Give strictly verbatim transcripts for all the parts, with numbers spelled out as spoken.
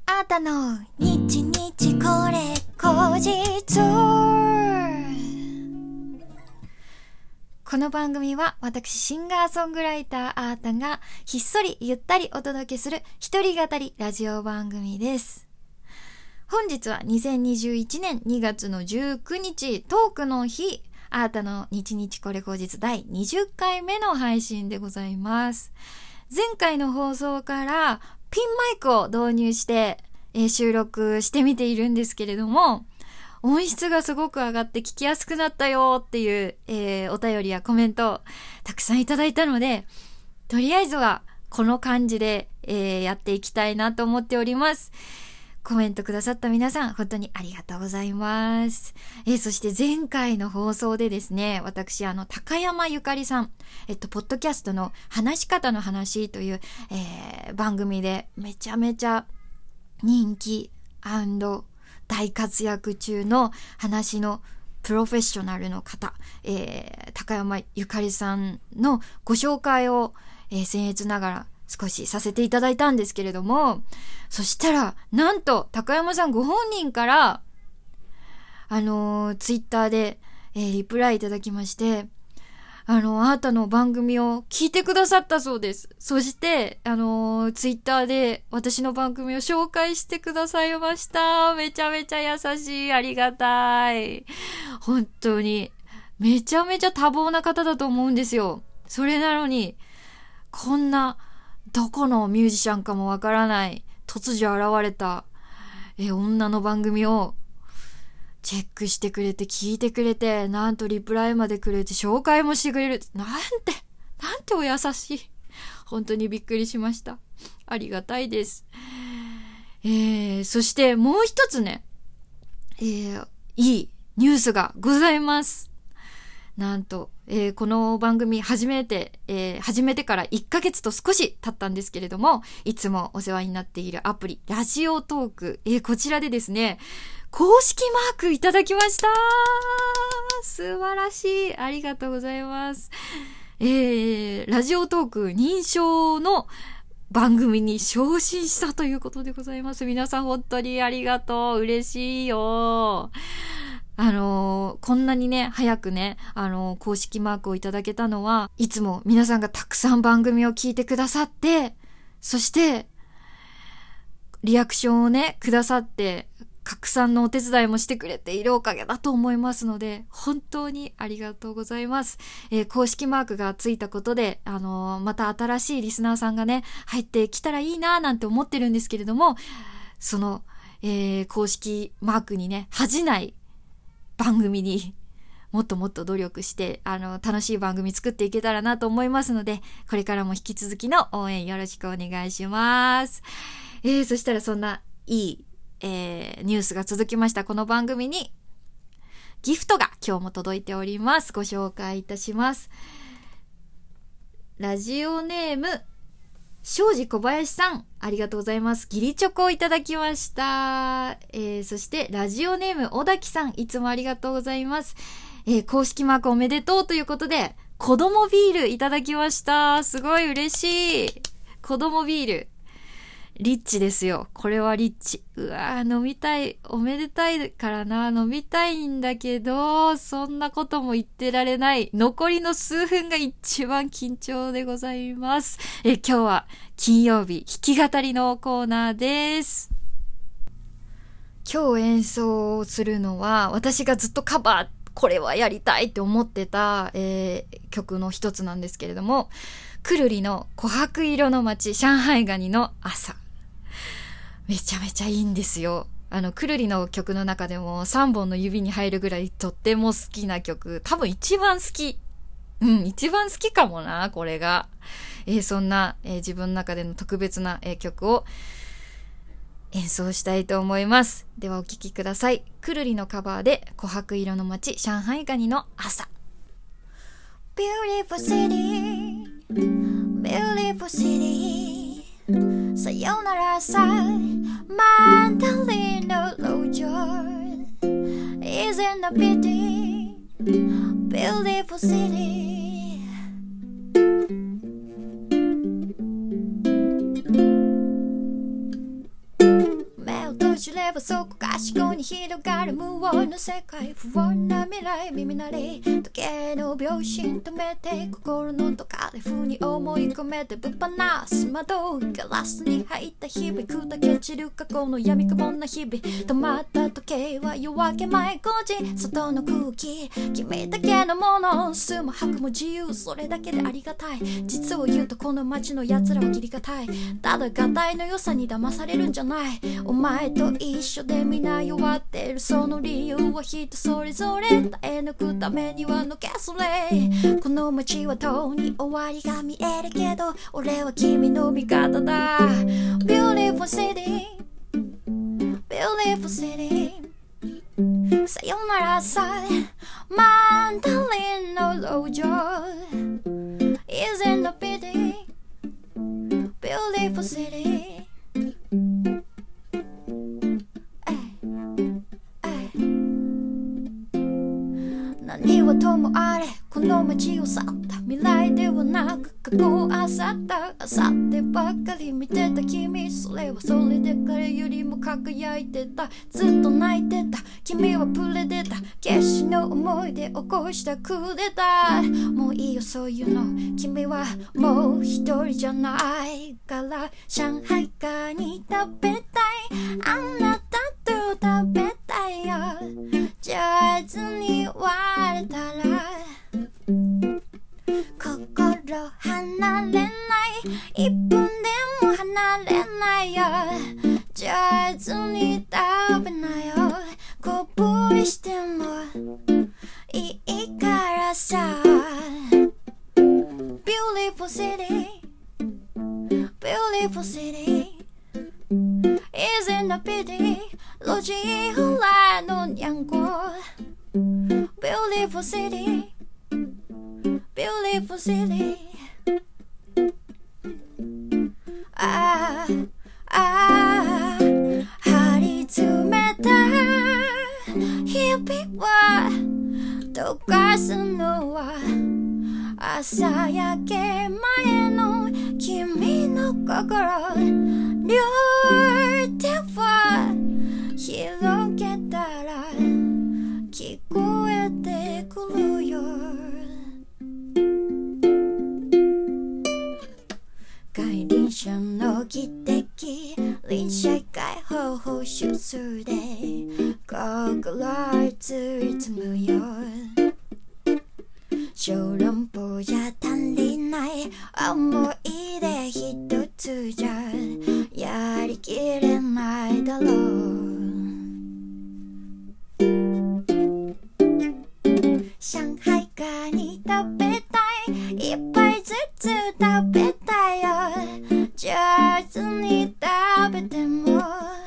あたの日日これ後日。この番組は私シンガーソングライターあーたがひっそりゆったりお届けする一人語りラジオ番組です。本日はにせんにじゅういちねんにがつのじゅうくにちトークの日、あーたの日日これ後日だいにじゅっかいめの配信でございます。前回の放送からピンマイクを導入して、えー、収録してみているんですけれども、音質がすごく上がって聞きやすくなったよっていう、えー、お便りやコメントをたくさんいただいたので、とりあえずはこの感じで、えー、やっていきたいなと思っております。コメントくださった皆さん本当にありがとうございます。えー、そして前回の放送でですね、私あの高山ゆかりさん、えっとポッドキャストの話し方の話という、えー、番組でめちゃめちゃ人気&大活躍中の話のプロフェッショナルの方、えー、高山ゆかりさんのご紹介を、えー、僭越ながら少しさせていただいたんですけれども、そしたらなんと高山さんご本人からあのー、ツイッターで、えー、リプライいただきまして、あのあなたの番組を聞いてくださったそうです。そしてあのー、ツイッターで私の番組を紹介してくださいました。めちゃめちゃ優しい、ありがたい。本当にめちゃめちゃ多忙な方だと思うんですよ。それなのにこんなどこのミュージシャンかもわからない突如現れたえ女の番組をチェックしてくれて聞いてくれて、なんとリプライまでくれて紹介もしてくれる。なんてなんてお優しい。本当にびっくりしました。ありがたいです。えー、そしてもう一つね、えー、いいニュースがございます。なんと、えー、この番組始めて、えー、始めてからいっかげつと少し経ったんですけれども、いつもお世話になっているアプリラジオトーク、えー、こちらでですね公式マークいただきました。素晴らしい、ありがとうございます。えー、ラジオトーク認証の番組に昇進したということでございます。皆さん本当にありがとう、嬉しいよ。あのー、こんなにね早くね、あのー、公式マークをいただけたのは、いつも皆さんがたくさん番組を聞いてくださって、そしてリアクションをねくださって拡散のお手伝いもしてくれているおかげだと思いますので、本当にありがとうございます。えー、公式マークがついたことで、あのー、また新しいリスナーさんがね入ってきたらいいななんて思ってるんですけれども、その、えー、公式マークにね恥じない番組にもっともっと努力して、あの楽しい番組作っていけたらなと思いますので、これからも引き続きの応援よろしくお願いします。えー、そしたらそんないい、えー、ニュースが続きました。この番組にギフトが今日も届いております。ご紹介いたします。ラジオネーム庄司小林さん、ありがとうございます。ギリチョコをいただきました。えー、そしてラジオネーム小滝さん、いつもありがとうございます。えー、公式マークおめでとうということで子供ビールいただきました。すごい嬉しい。子供ビールリッチですよ。これはリッチ。うわー、飲みたい。おめでたいからな。飲みたいんだけど、そんなことも言ってられない。残りの数分が一番緊張でございます。え、今日は金曜日弾き語りのコーナーです。今日演奏するのは、私がずっとカバー、これはやりたいって思ってた、えー、曲の一つなんですけれども、くるりの琥珀色の街、上海ガニの朝。めちゃめちゃいいんですよ。あのくるりの曲の中でもさんぼんの指に入るぐらいとっても好きな曲、多分一番好き、うん一番好きかもなこれが。えー、そんな、えー、自分の中での特別な、えー、曲を演奏したいと思います。ではお聴きください。くるりのカバーで琥珀色の街、上海ガニの朝。 Beautiful city Beautiful city さよならさマンダリンの路上 Isn't a pity Beautiful city 知ればそこかしこに広がる無音の世界、不穏な未来耳鳴り時計の秒針止めて、心のどかで風に思い込めてぶっ放す窓ガラスに入った日々、砕け散る過去の闇くぼんな日々、止まった時計は夜明け前ごじ、外の空気君だけのもの、吸も吐くも自由、それだけでありがたい。実を言うとこの街の奴らは切りがたい、ただがたいの良さに騙されるんじゃない。お前と一緒で皆弱ってる、その理由は人それぞれ、耐え抜くためにはのけそれ。この街はとうに終わりが見えるけど、俺は君の味方だ。 Beautiful city Beautiful city、 さよならさマンダリンの路上 Isn't a pity Beautiful city、何はともあれこの街を去った、未来ではなく過去を漁った、漁ってばっかり見てた君、それはそれで彼よりも輝いてた、ずっと泣いてた君はプレデター、決死の思い出起こしたクーデター、もういいよそういうの、君はもう一人じゃないから、上海ガニ食べたい、あなたと食べたいよ、上手に割れたら心離れない、一分でも離れないよ、上手に食べなよ、こぼしてもいいからさ。 Beautiful city Beautiful city Isn't a pity 路地裏のにゃんこ Beautiful city Beautiful city、 ああああ張り詰めた日々は溶かすのは朝焼け前の君の心、両手は広げたら聞こえてくるよ、外輪車の汽笛、臨車解放放出で心包むよ、小籠包じゃ足りない思い出一つじゃやりきれないだろう、上海ガニ食べたい、一杯ずつ食べたいよ、上手に食べても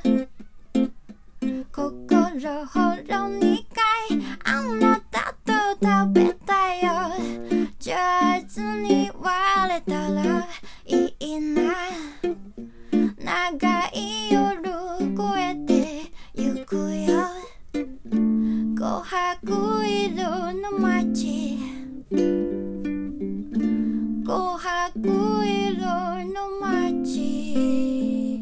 心ほろ苦い、あなたと食べたいよ、上手に割れたらいいな、長い夜越えてゆくよ、琥珀色の街、琥珀色の街、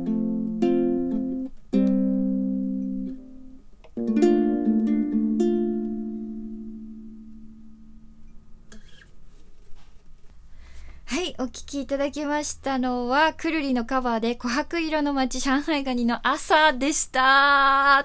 はい、お聞きいただきましたのはくるりのカバーで琥珀色の街上海ガニの朝でした。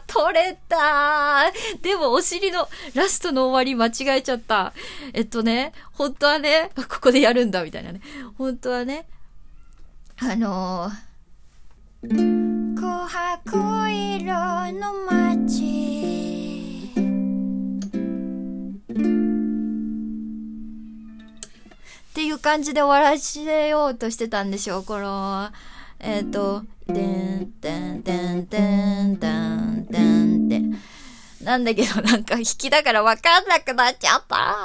取れた。でもお尻のラストの終わり間違えちゃった。えっとね本当はねここでやるんだみたいなね、本当はねあのー、琥珀色の街っていう感じで終わらせようとしてたんでしょう。このえっ、ー、とてんてんてんてんてんてんてんなんだけど、なんか弾きだから分かんなくなっちゃった。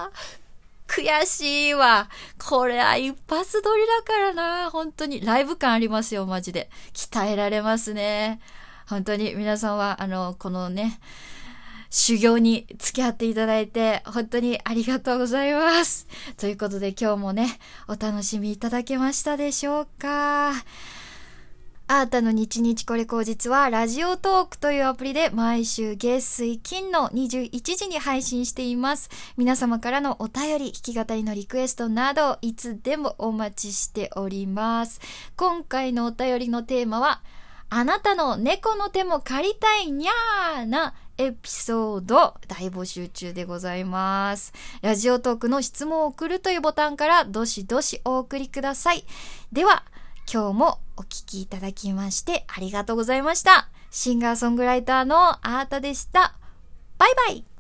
悔しいわ。これは一発撮りだからな。本当にライブ感ありますよ、マジで。鍛えられますね。本当に皆さんはあのこのね修行に付き合っていただいて本当にありがとうございます。ということで今日もねお楽しみいただけましたでしょうか。 あーたの日日これ口実はラジオトークというアプリで毎週月水金のにじゅういちじに配信しています。皆様からのお便り、弾き語りのリクエストなどいつでもお待ちしております。今回のお便りのテーマは、あなたの猫の手も借りたいにゃーなエピソード大募集中でございます。ラジオトークの質問を送るというボタンからどしどしお送りください。では今日もお聞きいただきましてありがとうございました。シンガーソングライターのあーたでした。バイバイ。